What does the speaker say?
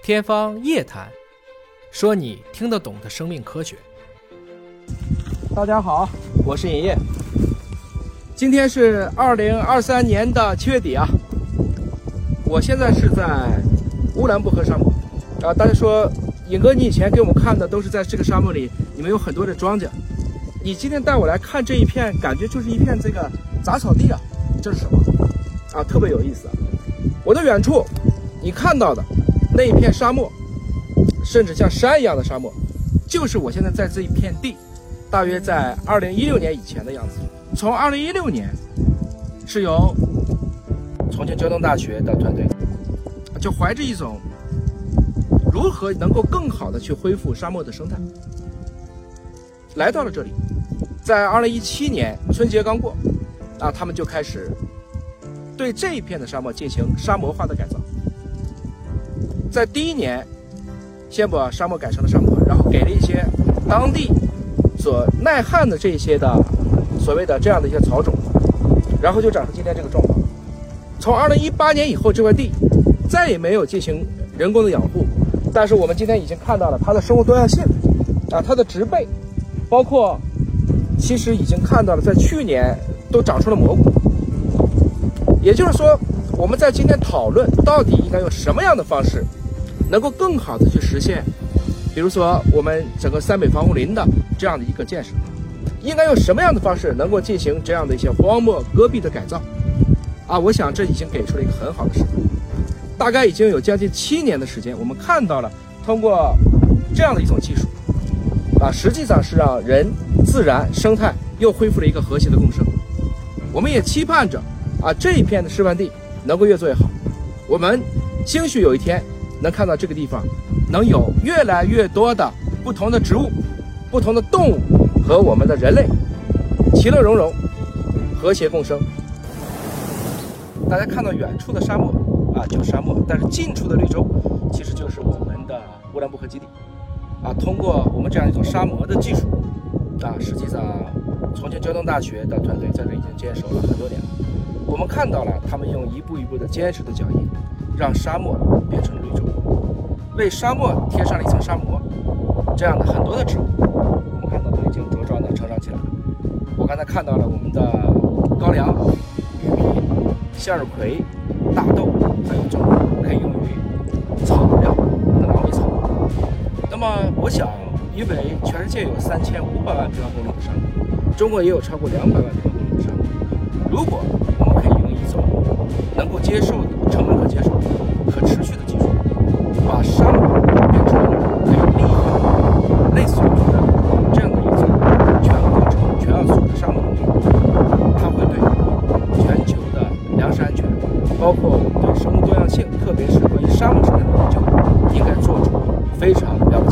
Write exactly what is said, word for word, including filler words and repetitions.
天方夜谭，说你听得懂的生命科学。大家好，我是尹烨。今天是二零二三年的七月底啊，我现在是在乌兰布和沙漠啊。大家说，尹哥，你以前给我们看的都是在这个沙漠里，你们有很多的庄稼。你今天带我来看这一片，感觉就是一片这个杂草地啊，这是什么啊？特别有意思啊！我的远处，你看到的那一片沙漠，甚至像山一样的沙漠，就是我现在在这一片地，大约在二零一六年以前的样子。从二零一六年，是由重庆交通大学的团队，就怀着一种如何能够更好的去恢复沙漠的生态，来到了这里。在二零一七年春节刚过，啊，他们就开始对这一片的沙漠进行沙漠化的改造。在第一年，先把沙漠改成了沙漠，然后给了一些当地所耐旱的这些的所谓的这样的一些草种，然后就长成今天这个状况。从二零一八年以后，这块地再也没有进行人工的养护，但是我们今天已经看到了它的生物多样性啊，它的植被，包括其实已经看到了，在去年都长出了蘑菇。也就是说，我们在今天讨论到底应该用什么样的方式能够更好的去实现，比如说我们整个三北防护林的这样的一个建设，应该用什么样的方式能够进行这样的一些荒漠戈壁的改造啊？我想这已经给出了一个很好的示范。大概已经有将近七年的时间，我们看到了通过这样的一种技术啊，实际上是让人、自然、生态又恢复了一个和谐的共生。我们也期盼着啊，这一片的示范地能够越做越好。我们兴许有一天能看到这个地方能有越来越多的不同的植物、不同的动物和我们的人类其乐融融、和谐共生。大家看到远处的沙漠啊，就是沙漠，但是近处的绿洲其实就是我们的乌兰布和基地啊。通过我们这样一种沙漠的技术啊，实际上重庆交通大学的团队在这已经坚守了很多年了。我们看到了他们用一步一步的坚实的脚印，让沙漠变成了绿洲，为沙漠贴上了一层沙膜。这样的很多的植物，我们看到都已经茁壮的成长起来了。我刚才看到了我们的高粱、玉米、向日葵、大豆，还有种可以用于草料的狼尾草。那么我想，因为全世界有三千五百万平方公里的沙漠，中国也有超过两百万平方公里的沙漠。如果我们可以用一种能够接受的、成本可接受、可持续的技术，把沙漠变成可以利用类似于的这样的一种全过程、全要素的沙漠能力，它会对全球的粮食安全，包括我们对生物多样性，特别是关于沙漠生态的研究，应该做出非常了不起